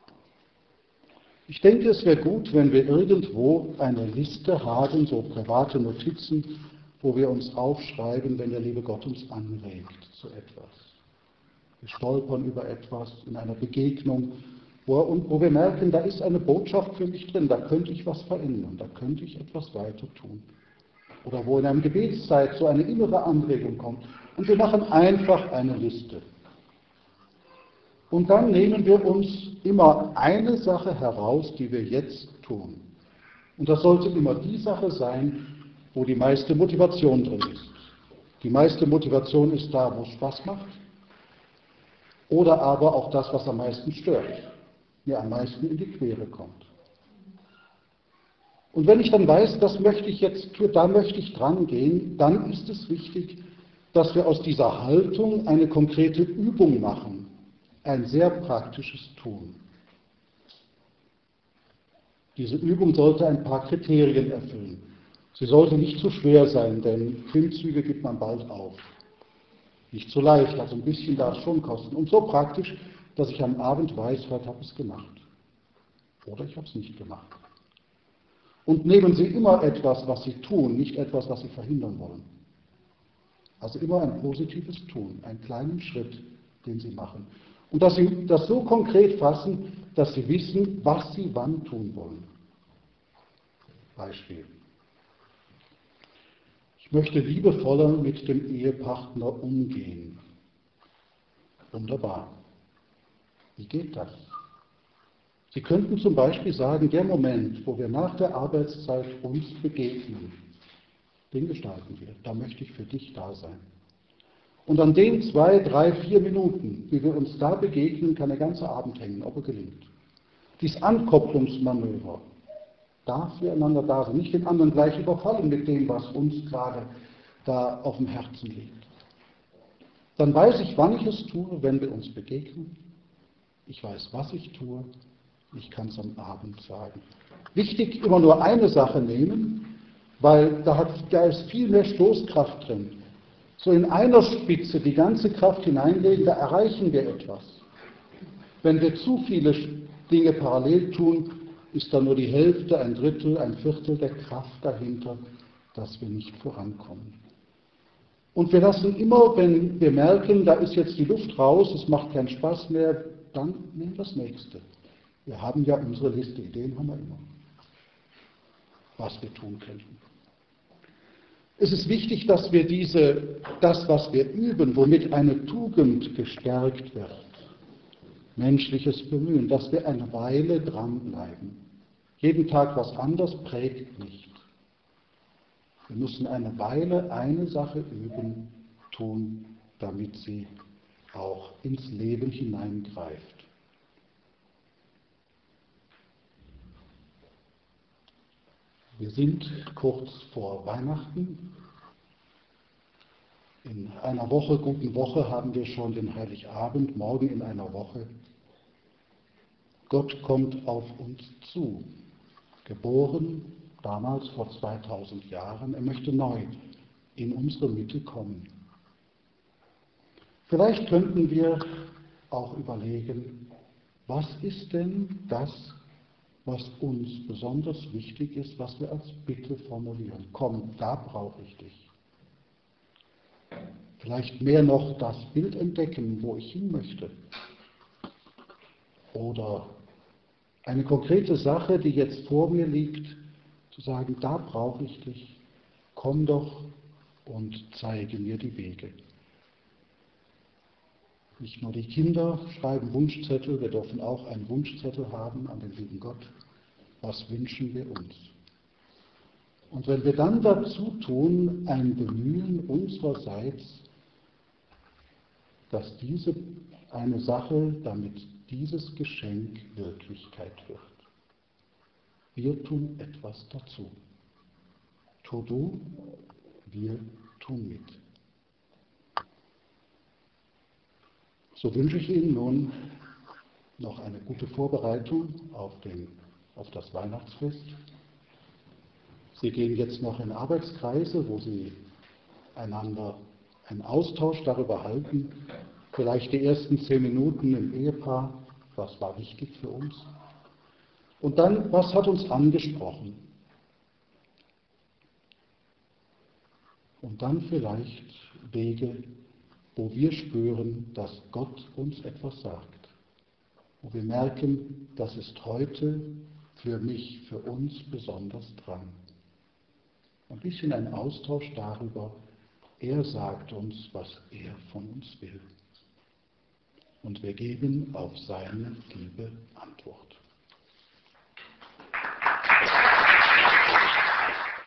Ich denke, es wäre gut, wenn wir irgendwo eine Liste haben, so private Notizen, wo wir uns aufschreiben, wenn der liebe Gott uns anregt zu etwas. Wir stolpern über etwas in einer Begegnung, wo, und wo wir merken, da ist eine Botschaft für mich drin, da könnte ich was verändern, da könnte ich etwas weiter tun. Oder wo in einer Gebetszeit so eine innere Anregung kommt. Und wir machen einfach eine Liste. Und dann nehmen wir uns immer eine Sache heraus, die wir jetzt tun. Und das sollte immer die Sache sein, wo die meiste Motivation drin ist. Die meiste Motivation ist da, wo es Spaß macht. Oder aber auch das, was am meisten stört, mir am meisten in die Quere kommt. Und wenn ich dann weiß, das möchte ich jetzt tun, da möchte ich dran gehen, dann ist es wichtig, dass wir aus dieser Haltung eine konkrete Übung machen, ein sehr praktisches Tun. Diese Übung sollte ein paar Kriterien erfüllen. Sie sollte nicht zu schwer sein, denn Klimmzüge gibt man bald auf. Nicht zu leicht, also ein bisschen darf es schon kosten. Und so praktisch, dass ich am Abend weiß, heute habe ich es gemacht. Oder ich habe es nicht gemacht. Und nehmen Sie immer etwas, was Sie tun, nicht etwas, was Sie verhindern wollen. Also immer ein positives Tun, einen kleinen Schritt, den Sie machen. Und dass Sie das so konkret fassen, dass Sie wissen, was Sie wann tun wollen. Beispiel. Ich möchte liebevoller mit dem Ehepartner umgehen. Wunderbar. Wie geht das? Sie könnten zum Beispiel sagen, der Moment, wo wir nach der Arbeitszeit uns begegnen, den gestalten wir. Da möchte ich für dich da sein. Und an den zwei, drei, vier Minuten, wie wir uns da begegnen, kann der ganze Abend hängen, ob er gelingt. Dieses Ankopplungsmanöver darf füreinander da sein, nicht den anderen gleich überfallen mit dem, was uns gerade da auf dem Herzen liegt. Dann weiß ich, wann ich es tue, wenn wir uns begegnen. Ich weiß, was ich tue. Ich kann es am Abend sagen. Wichtig, immer nur eine Sache nehmen, weil da, hat, da ist viel mehr Stoßkraft drin. So in einer Spitze die ganze Kraft hineinlegen, da erreichen wir etwas. Wenn wir zu viele Dinge parallel tun, ist da nur die Hälfte, ein Drittel, ein Viertel der Kraft dahinter, dass wir nicht vorankommen. Und wir lassen immer, wenn wir merken, da ist jetzt die Luft raus, es macht keinen Spaß mehr, dann nehmen wir das Nächste. Wir haben ja unsere Liste, Ideen haben wir immer, was wir tun könnten. Es ist wichtig, dass wir diese, das, was wir üben, womit eine Tugend gestärkt wird, menschliches Bemühen, dass wir eine Weile dranbleiben. Jeden Tag was anderes prägt nicht. Wir müssen eine Weile eine Sache üben, tun, damit sie auch ins Leben hineingreift. Wir sind kurz vor Weihnachten. In einer Woche, guten Woche, haben wir schon den Heiligabend, morgen in einer Woche. Gott kommt auf uns zu, geboren damals vor zweitausend Jahren. Er möchte neu in unsere Mitte kommen. Vielleicht könnten wir auch überlegen, was ist denn das, was uns besonders wichtig ist, was wir als Bitte formulieren. Komm, da brauche ich dich. Vielleicht mehr noch das Bild entdecken, wo ich hin möchte. Oder eine konkrete Sache, die jetzt vor mir liegt, zu sagen, da brauche ich dich. Komm doch und zeige mir die Wege. Nicht nur die Kinder schreiben Wunschzettel, wir dürfen auch einen Wunschzettel haben an den lieben Gott. Was wünschen wir uns? Und wenn wir dann dazu tun, ein Bemühen unsererseits, dass diese eine Sache, damit dieses Geschenk Wirklichkeit wird. Wir tun etwas dazu. Tu du, wir tun mit. So wünsche ich Ihnen nun noch eine gute Vorbereitung auf, den, auf das Weihnachtsfest. Sie gehen jetzt noch in Arbeitskreise, wo Sie einander einen Austausch darüber halten, vielleicht die ersten zehn Minuten im Ehepaar, was war wichtig für uns. Und dann, was hat uns angesprochen? Und dann vielleicht Wege, wo wir spüren, dass Gott uns etwas sagt. Wo wir merken, das ist heute für mich, für uns besonders dran. Ein bisschen ein Austausch darüber, er sagt uns, was er von uns will. Und wir geben auf seine Liebe Antwort.